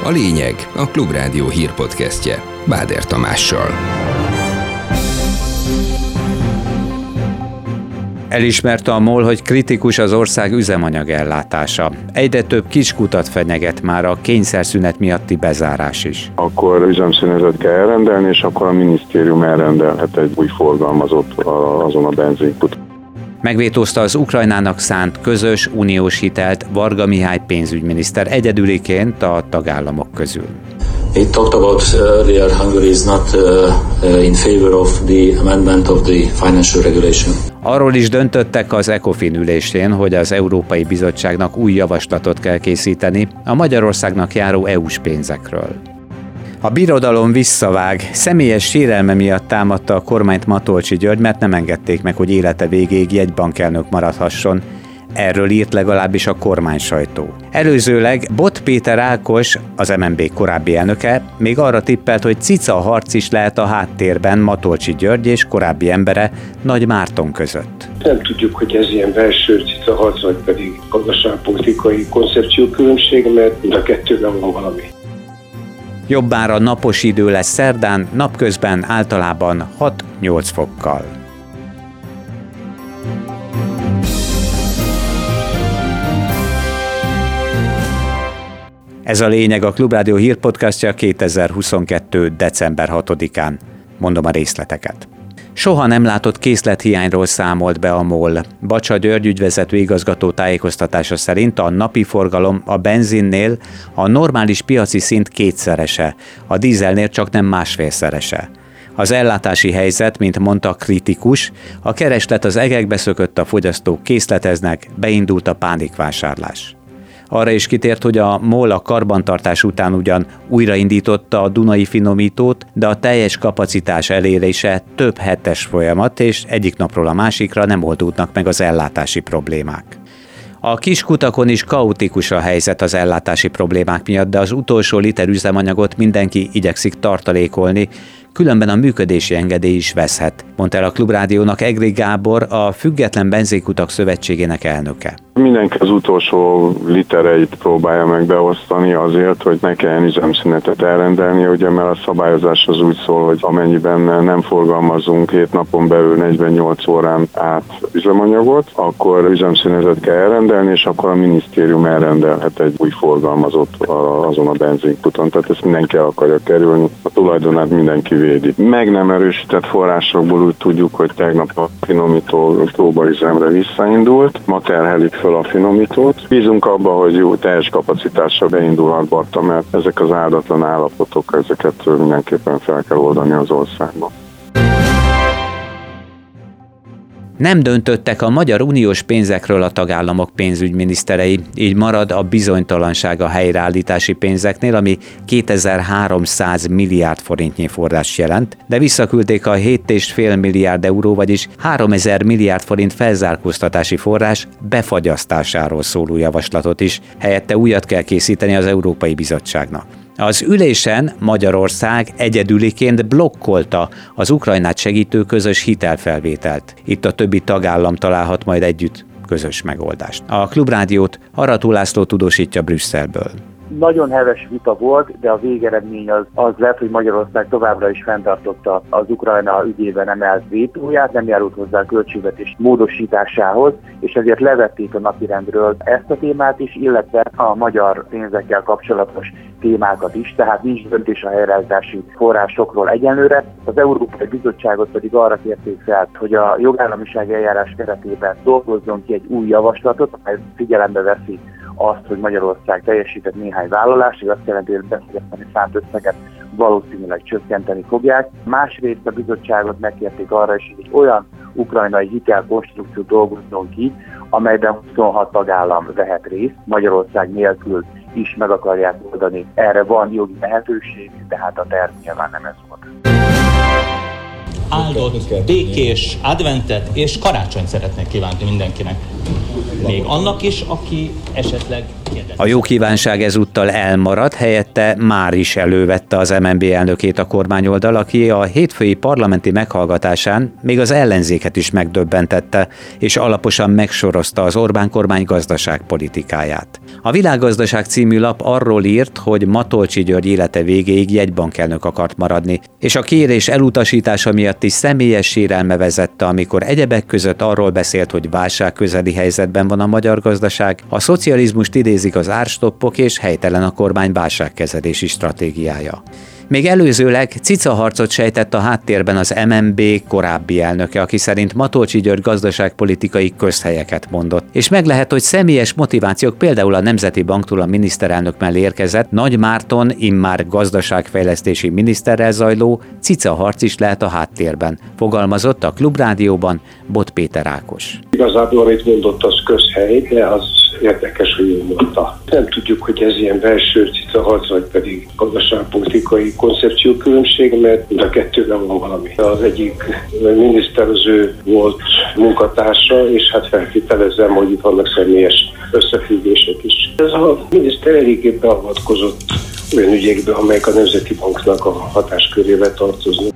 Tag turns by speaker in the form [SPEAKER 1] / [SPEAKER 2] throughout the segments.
[SPEAKER 1] A lényeg a Klubrádió hírpodcastje Báder Tamással.
[SPEAKER 2] Elismerte a MOL, hogy kritikus az ország üzemanyag ellátása. Egyre több kiskutat fenyeget már a kényszerszünet miatti bezárás is.
[SPEAKER 3] Akkor üzemszünetet kell elrendelni, és akkor a minisztérium elrendelhet egy új forgalmazót azon a benzinkuton.
[SPEAKER 2] Megvétózta az Ukrajnának szánt közös uniós hitelt Varga Mihály pénzügyminiszter egyedüliként a tagállamok közül.
[SPEAKER 4] It talked about earlier Hungary is not in favor of the amendment of the financial regulation.
[SPEAKER 2] Arról is döntöttek az ECOFIN ülésén, hogy az Európai Bizottságnak új javaslatot kell készíteni a Magyarországnak járó EU-s pénzekről. A birodalom visszavág. Személyes sérelme miatt támadta a kormányt Matolcsy György, mert nem engedték meg, hogy élete végéig jegybankelnök maradhasson. Erről írt legalábbis a kormánysajtó. Előzőleg Bot Péter Ákos, az MNB korábbi elnöke, még arra tippelt, hogy cica harc is lehet a háttérben Matolcsy György és korábbi embere Nagy Márton között.
[SPEAKER 5] Nem tudjuk, hogy ez ilyen belső cica harc, vagy pedig gazdaságpolitikai koncepciókülönbség, mert mind a kettőben van valami.
[SPEAKER 2] Jobbára napos idő lesz szerdán, napközben általában 6-8 fokkal. Ez a lényeg a Klubrádió hírpodcastja 2022. december 6-án. Mondom a részleteket. Soha nem látott készlethiányról számolt be a MOL. Bacsa György ügyvezető igazgató tájékoztatása szerint a napi forgalom a benzinnél a normális piaci szint kétszerese, a dízelnél csak nem másfélszerese. Az ellátási helyzet, mint mondta, kritikus, a kereslet az egekbe szökött, a fogyasztók készleteznek, beindult a pánikvásárlás. Arra is kitért, hogy a MOL a karbantartás után ugyan újraindította a Dunai finomítót, de a teljes kapacitás elérése több hetes folyamat, és egyik napról a másikra nem oldódnak meg az ellátási problémák. A kiskutakon is kaotikus a helyzet az ellátási problémák miatt, de az utolsó liter üzemanyagot mindenki igyekszik tartalékolni, különben a működési engedély is veszhet, mondta el a Klubrádiónak Egri Gábor, a Független Benzinkutak Szövetségének elnöke.
[SPEAKER 3] Mindenki az utolsó litereit próbálja meg beosztani azért, hogy ne kelljen üzemszünetet elrendelni, ugye, mert a szabályozás az úgy szól, hogy amennyiben nem forgalmazunk 7 napon belül 48 órán át üzemanyagot, akkor üzemszünetet kell elrendelni, és akkor a minisztérium elrendelhet egy új forgalmazót azon a benzinkuton. Tehát ezt mindenki el akarja kerülni, a tulajdonát mindenki védi. Meg nem erősített forrásokból úgy tudjuk, hogy tegnap a finomító próbaüzemre visszaindult, ma terhelik föl a finomítót. Bízunk abba, hogy jó teljes kapacitással beindulhat Barta, mert ezek az áldatlan állapotok, ezeket mindenképpen fel kell oldani az országban.
[SPEAKER 2] Nem döntöttek a magyar uniós pénzekről a tagállamok pénzügyminiszterei, így marad a bizonytalanság a helyreállítási pénzeknél, ami 2300 milliárd forintnyi forrás jelent, de visszaküldték a 7,5 milliárd euró, vagyis 3000 milliárd forint felzárkóztatási forrás befagyasztásáról szóló javaslatot is, helyette újat kell készíteni az Európai Bizottságnak. Az ülésen Magyarország egyedüliként blokkolta az Ukrajnát segítő közös hitelfelvételt. Itt a többi tagállam találhat majd együtt közös megoldást. A Klubrádiót Arató László tudósítja Brüsszelből.
[SPEAKER 6] Nagyon heves vita volt, de a végeredmény az lett, hogy Magyarország továbbra is fenntartotta az Ukrajna ügyében emelt vétóját, nem járult hozzá a költségvetés módosításához, és ezért levették a napirendről ezt a témát is, illetve a magyar pénzekkel kapcsolatos témákat is, tehát nincs döntés a helyreállítási forrásokról egyenlőre. Az Európai Bizottságot pedig arra kérték fel, hogy a jogállamisági eljárás keretében dolgozzon ki egy új javaslatot, amely figyelembe veszi azt, hogy Magyarország teljesített néhány vállalást, és azt jelenti, hogy befogyasztani szánt összeget valószínűleg csökkenteni fogják. Másrészt a bizottságot megkérték arra is, hogy egy olyan ukrajnai hitelkonstrukciót dolgozzon ki, amelyben 26 tagállam vehet részt, Magyarország nélkül is meg akarják oldani. Erre van jogi lehetőség, tehát a terv nyilván nem ez volt.
[SPEAKER 7] Áldott, békés adventet és karácsonyt szeretnék kívánni mindenkinek. Még annak is, aki esetleg
[SPEAKER 2] A jó kívánság ezúttal elmaradt, helyette már is elővette az MNB elnökét a kormányoldal, aki a hétfői parlamenti meghallgatásán még az ellenzéket is megdöbbentette, és alaposan megsorozta az Orbán kormány gazdaságpolitikáját. A Világgazdaság című lap arról írt, hogy Matolcsy György élete végéig jegybankelnök akart maradni, és a kérés elutasítása miatt is személyes sérelme vezette, amikor egyebek között arról beszélt, hogy válságközeli helyzetben van a magyar gazdaság, a szocializmust idézik az árstoppok és helytelen a kormány válságkezelési stratégiája. Még előzőleg cicaharcot sejtett a háttérben az MNB korábbi elnöke, aki szerint Matolcsy György gazdaságpolitikai közhelyeket mondott. És meg lehet, hogy személyes motivációk például a Nemzeti Banktól a miniszterelnök mellé érkezett, Nagy Márton immár gazdaságfejlesztési miniszterrel zajló cicaharc is lehet a háttérben, fogalmazott a Klubrádióban Bot Péter Ákos.
[SPEAKER 5] Igazából, amit mondott, az közhely, de az érdekes, hogy ő mondta. Nem tudjuk, hogy ez ilyen belső cicaharc, vagy pedig gazdaságpolitikai koncepciókülönbség, mert mind a kettőben van valami. Az egyik miniszter az ő volt munkatársa, és hát feltételezem, hogy itt vannak személyes összefüggések is. Ez a miniszter eléggé beavatkozott olyan ügyekbe, amelyek a Nemzeti Banknak a hatáskörébe tartoznak.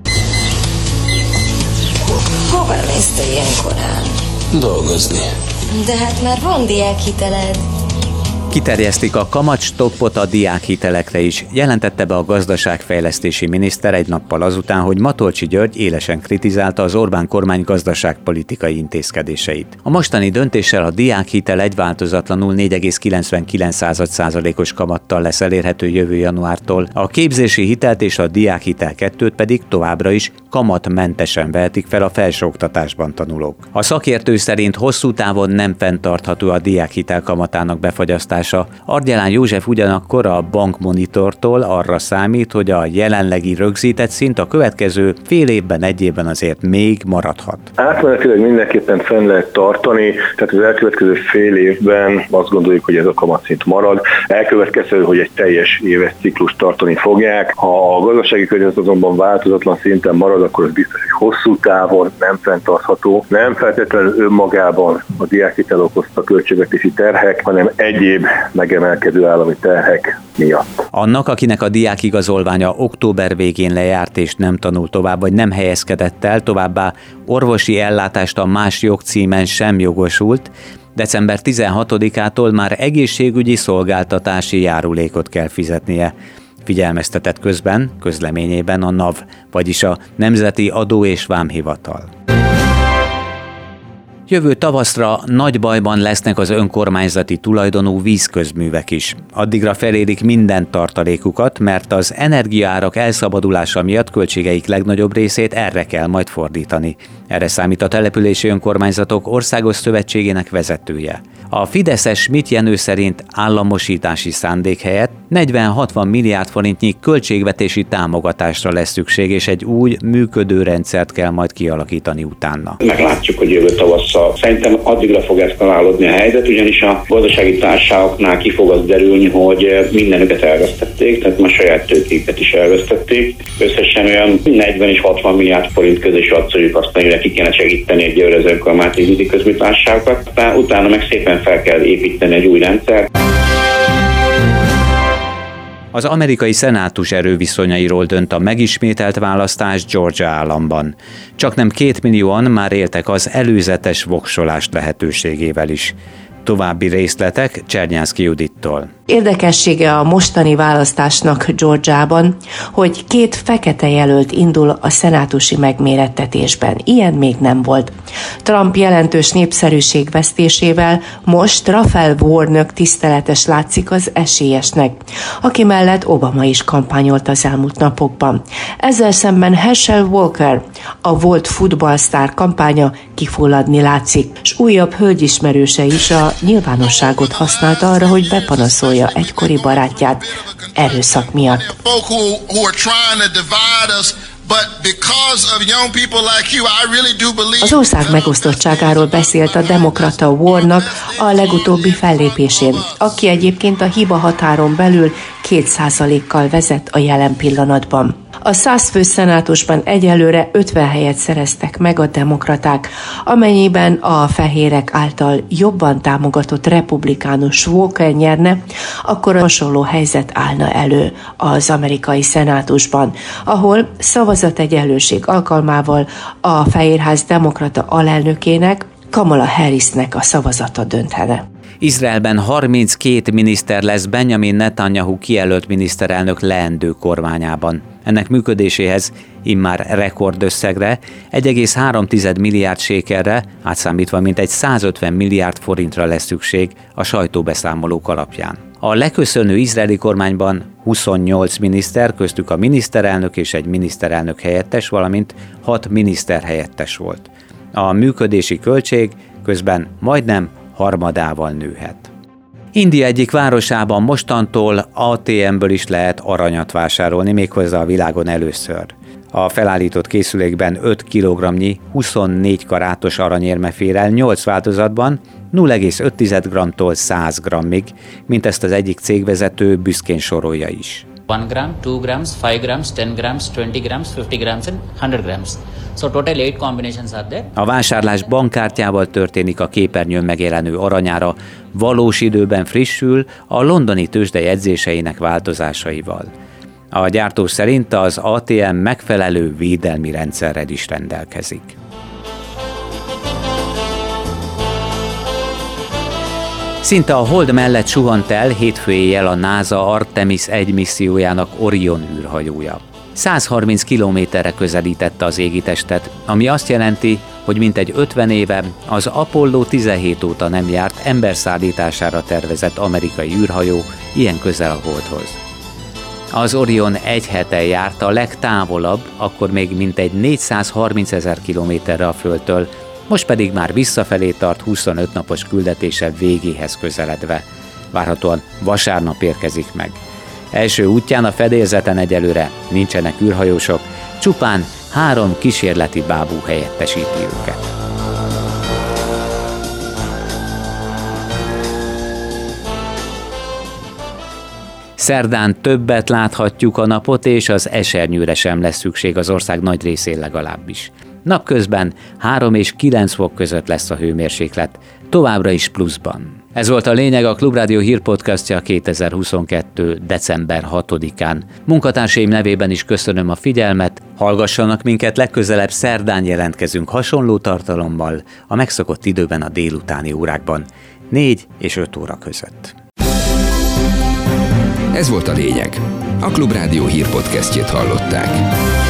[SPEAKER 8] Hova mész te ilyen korán?
[SPEAKER 9] Dolgozni.
[SPEAKER 8] De hát már van diákhiteled.
[SPEAKER 2] Kiterjesztik a kamatstoppot a diákhitelekre is, jelentette be a gazdaságfejlesztési miniszter egy nappal azután, hogy Matolcsy György élesen kritizálta az Orbán kormány gazdaságpolitikai intézkedéseit. A mostani döntéssel a diákhitel egyváltozatlanul 4,99%-os kamattal lesz elérhető jövő januártól, a képzési hitelt és a diákhitel 2-t pedig továbbra is kamatmentesen vehetik fel a felsőoktatásban tanulók. A szakértő szerint hosszú távon nem fenntartható a diákhitel kamatának befagyasztása. Argyelán József ugyanakkor a Bankmonitortól arra számít, hogy a jelenlegi rögzített szint a következő fél évben, egy évben azért még maradhat.
[SPEAKER 3] Átmenetileg mindenképpen fenn lehet tartani, tehát az elkövetkező fél évben azt gondoljuk, hogy ez a kamatszint marad. Elkövetkező, hogy egy teljes éves ciklust tartani fogják. Ha a gazdasági környezet azonban változatlan szinten marad, akkor az biztos, hogy hosszú távon nem fenntartható. Nem feltétlenül önmagában a diákhitel okozta költségvetési terhek, hanem egyéb megemelkedő állami terhek miatt.
[SPEAKER 2] Annak, akinek a diákigazolványa október végén lejárt és nem tanul tovább, vagy nem helyezkedett el, továbbá orvosi ellátást a más jogcímen sem jogosult, december 16-ától már egészségügyi szolgáltatási járulékot kell fizetnie. Figyelmeztetett közben, közleményében a NAV, vagyis a Nemzeti Adó- és Vámhivatal. Jövő tavaszra nagy bajban lesznek az önkormányzati tulajdonú vízközművek is. Addigra felérik minden tartalékukat, mert az energiaárak elszabadulása miatt költségeik legnagyobb részét erre kell majd fordítani. Erre számít a Települési Önkormányzatok Országos Szövetségének vezetője. A fideszes Schmidt Jenő szerint államosítási szándék helyett 40-60 milliárd forintnyi költségvetési támogatásra lesz szükség, és egy új működő rendszert kell majd kialakítani utána.
[SPEAKER 10] Meglátjuk, hogy jövő tavasszal. Szerintem addigra fog eszkalálódni a helyzet, ugyanis a gazdasági társaságoknál ki fog az derülni, hogy mindenüket elvesztették, tehát már saját tőkéket is elvesztették. Összesen olyan 40 és 60 milliárd forint közé satszoljuk azt, amire ki kéne segíteni egy az önkormányzati vízi közműtársaságokat. Utána meg szépen fel kell építeni egy új rendszert.
[SPEAKER 2] Az amerikai szenátus erőviszonyairól dönt a megismételt választás Georgia államban. Csaknem 2 millióan már éltek az előzetes voksolást lehetőségével is. További részletek Csernyánszky Judittól.
[SPEAKER 11] Érdekessége a mostani választásnak Georgiában, hogy 2 fekete jelölt indul a szenátusi megmérettetésben. Ilyen még nem volt. Trump jelentős népszerűségvesztésével most Raphael Warnock tiszteletes látszik az esélyesnek, aki mellett Obama is kampányolt az elmúlt napokban. Ezzel szemben Herschel Walker, a volt futballsztár kampánya kifulladni látszik, és újabb hölgyismerőse is a nyilvánosságot használta arra, hogy bepanaszolja egykori barátját erőszak miatt. Az ország megosztottságáról beszélt a demokrata Warnock a legutóbbi fellépésén, aki egyébként a hiba határon belül 2%-kal vezet a jelen pillanatban. A 100 fős szenátusban egyelőre 50 helyet szereztek meg a demokraták, amennyiben a fehérek által jobban támogatott republikánus Walker nyerne, akkor hasonló helyzet állna elő az amerikai szenátusban, ahol szavazategyenlőség alkalmával a Fehérház demokrata alelnökének, Kamala Harrisnek a szavazata dönthene.
[SPEAKER 2] Izraelben 32 miniszter lesz Benjamin Netanyahu kijelölt miniszterelnök leendő kormányában. Ennek működéséhez immár rekordösszegre, 1,3 milliárd sékelre, átszámítva mintegy 150 milliárd forintra lesz szükség a sajtóbeszámolók alapján. A leköszönő izraeli kormányban 28 miniszter, köztük a miniszterelnök és egy miniszterelnök helyettes, valamint 6 miniszterhelyettes volt. A működési költség közben majdnem harmadával nőhet. India egyik városában mostantól ATM-ből is lehet aranyat vásárolni, méghozzá a világon először. A felállított készülékben 5 kg-nyi 24 karátos aranyérme fér el 8 változatban, 0,5 g-tól 100 g-ig, mint ezt az egyik cégvezető büszkén sorolja is.
[SPEAKER 9] 1 gram, 2 grams, 5 grams, 10 grams, 20 grams, 50 grams and 100 grams. So total 8 combinations are there. A
[SPEAKER 2] vásárlás bankkártyával történik, a képernyőn megjelenő aranyára valós időben frissül a londoni tőzsde jegyzéseinek változásaival. A gyártó szerint az ATM megfelelő védelmi rendszerrel is rendelkezik. Szinte a Hold mellett suhant el hétfő éjjel a NASA Artemis 1 missziójának Orion űrhajója. 130 kilométerre közelítette az égitestet, ami azt jelenti, hogy mintegy 50 éve az Apollo 17 óta nem járt emberszállítására tervezett amerikai űrhajó ilyen közel a Holdhoz. Az Orion egy hete járt a legtávolabb, akkor még mintegy 430 000 kilométerre a Földtől, most pedig már visszafelé tart 25 napos küldetése végéhez közeledve. Várhatóan vasárnap érkezik meg. Első útján a fedélzeten egyelőre nincsenek űrhajósok, csupán 3 kísérleti bábú helyettesíti őket. Szerdán többet láthatjuk a napot, és az esernyőre sem lesz szükség az ország nagy részén legalábbis. Napközben 3 és 9 fok között lesz a hőmérséklet, továbbra is pluszban. Ez volt a lényeg, a Klubrádió hírpodcastja 2022. december 6-án. Munkatársaim nevében is köszönöm a figyelmet, hallgassanak minket, legközelebb szerdán jelentkezünk hasonló tartalommal, a megszokott időben a délutáni órákban, 4 és 5 óra között.
[SPEAKER 1] Ez volt a lényeg. A Klubrádió hírpodcastjét hallották.